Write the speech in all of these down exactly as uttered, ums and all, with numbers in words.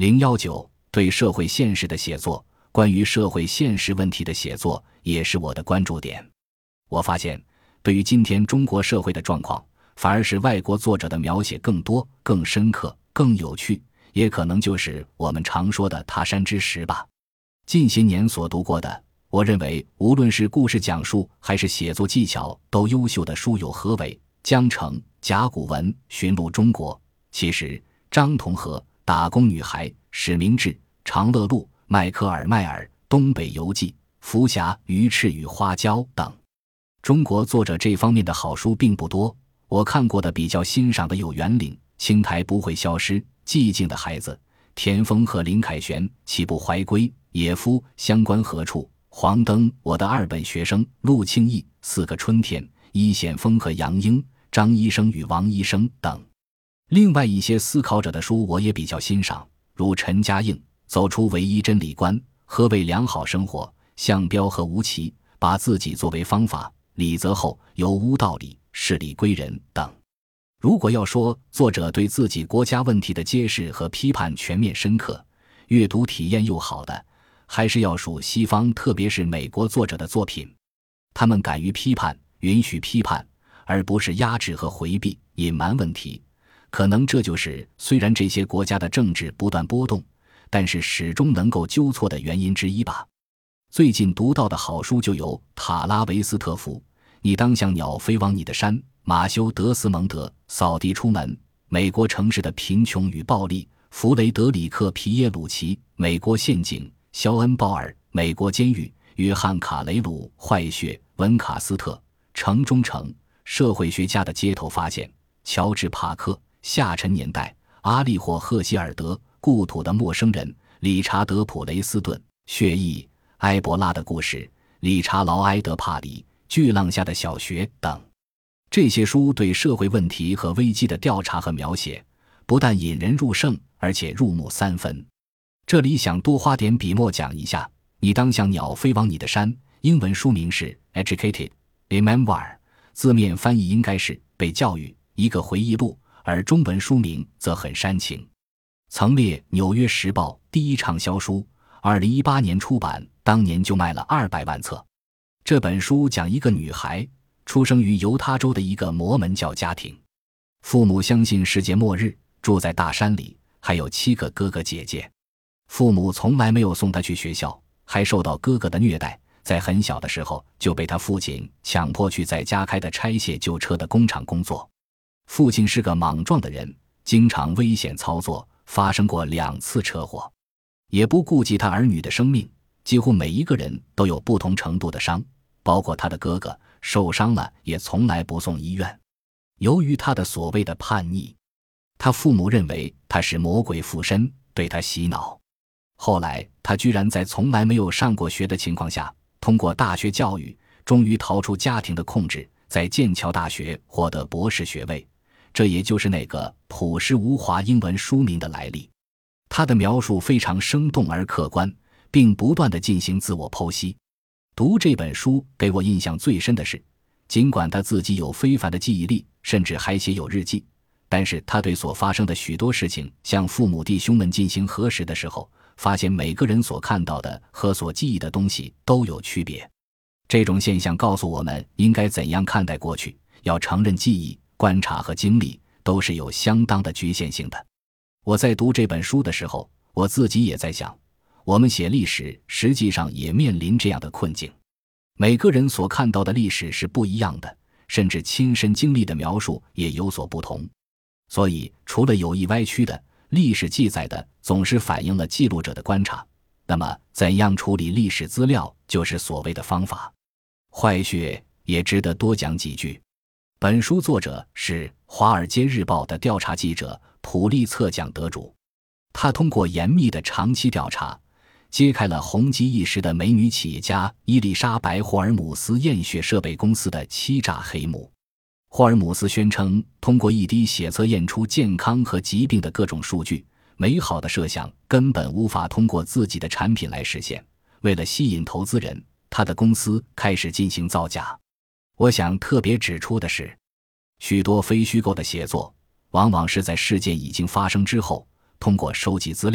零一九对社会现实的写作，关于社会现实问题的写作也是我的关注点。我发现，对于今天中国社会的状况，反而是外国作者的描写更多、更深刻、更有趣，也可能就是我们常说的他山之石吧。近些年所读过的，我认为无论是故事讲述还是写作技巧都优秀的书有何伟、江澄、甲骨文、寻路中国、其实、张同和、打工女孩、史明志、长乐路、迈克尔迈尔、东北游记、福霞、鱼翅与花椒等。中国作者这方面的好书并不多，我看过的比较欣赏的有袁岭、青苔不会消失、寂静的孩子、田丰和林凯旋、岂不怀归、野夫、相关何处、黄灯、我的二本学生、陆庆义、四个春天、伊险峰和杨英、张医生与王医生等。另外一些思考者的书我也比较欣赏，如陈嘉映、走出唯一真理观、何谓良好生活、项彪和吴奇、把自己作为方法、李泽厚、有无道理、事理归人等。如果要说作者对自己国家问题的揭示和批判全面深刻，阅读体验又好的，还是要数西方特别是美国作者的作品。他们敢于批判，允许批判，而不是压制和回避、隐瞒问题。可能这就是虽然这些国家的政治不断波动，但是始终能够纠错的原因之一吧。最近读到的好书就有塔拉维斯特夫、你当像鸟飞往你的山、马修·德斯蒙德、扫地出门、美国城市的贫穷与暴力、弗雷德里克·皮耶鲁奇、美国陷阱、肖恩·鲍尔、美国监狱、约翰·卡雷鲁、坏血、文卡斯特、城中城、社会学家的街头发现、乔治·帕克、下沉年代、阿利霍·赫希尔德、故土的陌生人、理查德·普雷斯顿、血疫、埃博拉的故事、理查劳埃德·帕里、巨浪下的小学等。这些书对社会问题和危机的调查和描写，不但引人入胜，而且入木三分。这里想多花点笔墨讲一下，你当像鸟飞往你的山，英文书名是 Educated, a Memoir， 字面翻译应该是被教育，一个回忆录，而中文书名则很煽情。曾列《纽约时报》第一畅销书，二零一八年出版，当年就卖了二百万册。这本书讲一个女孩出生于犹他州的一个摩门教家庭，父母相信世界末日，住在大山里，还有七个哥哥姐姐。父母从来没有送她去学校，还受到哥哥的虐待，在很小的时候就被他父亲强迫去在家开的拆卸旧车的工厂工作。父亲是个莽撞的人，经常危险操作，发生过两次车祸，也不顾及他儿女的生命，几乎每一个人都有不同程度的伤，包括他的哥哥，受伤了也从来不送医院。由于他的所谓的叛逆，他父母认为他是魔鬼附身，对他洗脑。后来他居然在从来没有上过学的情况下，通过大学教育，终于逃出家庭的控制，在剑桥大学获得博士学位。这也就是那个朴实无华英文书名的来历。他的描述非常生动而客观，并不断地进行自我剖析。读这本书给我印象最深的是，尽管他自己有非凡的记忆力，甚至还写有日记，但是他对所发生的许多事情向父母弟兄们进行核实的时候，发现每个人所看到的和所记忆的东西都有区别。这种现象告诉我们应该怎样看待过去，要承认记忆、观察和经历都是有相当的局限性的。我在读这本书的时候，我自己也在想，我们写历史实际上也面临这样的困境。每个人所看到的历史是不一样的，甚至亲身经历的描述也有所不同。所以除了有意歪曲的，历史记载的总是反映了记录者的观察，那么怎样处理历史资料就是所谓的方法。坏血也值得多讲几句。本书作者是《华尔街日报》的调查记者，普利策奖得主。他通过严密的长期调查，揭开了红极一时的美女企业家伊丽莎白·霍尔姆斯验血设备公司的欺诈黑幕。霍尔姆斯宣称，通过一滴血测验出健康和疾病的各种数据，美好的设想根本无法通过自己的产品来实现。为了吸引投资人，他的公司开始进行造假。我想特别指出的是，许多非虚构的写作往往是在事件已经发生之后，通过收集资料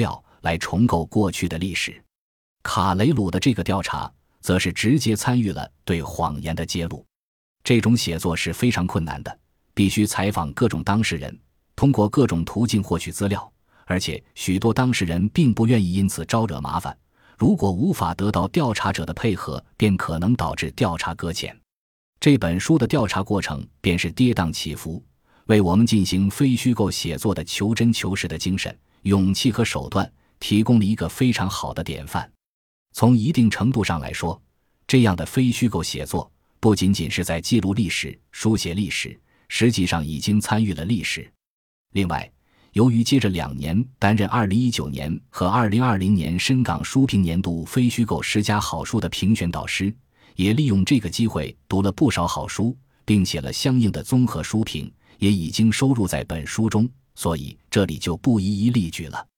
来重构过去的历史。卡雷鲁的这个调查则是直接参与了对谎言的揭露。这种写作是非常困难的，必须采访各种当事人，通过各种途径获取资料，而且许多当事人并不愿意因此招惹麻烦，如果无法得到调查者的配合，便可能导致调查搁浅。这本书的调查过程便是跌宕起伏，为我们进行非虚构写作的求真求实的精神、勇气和手段提供了一个非常好的典范。从一定程度上来说，这样的非虚构写作不仅仅是在记录历史、书写历史，实际上已经参与了历史。另外，由于接着两年担任二零一九年和二零二零年深港书评年度非虚构十佳好书的评选导师，也利用这个机会读了不少好书，并写了相应的综合书评，也已经收入在本书中，所以这里就不一一例举了。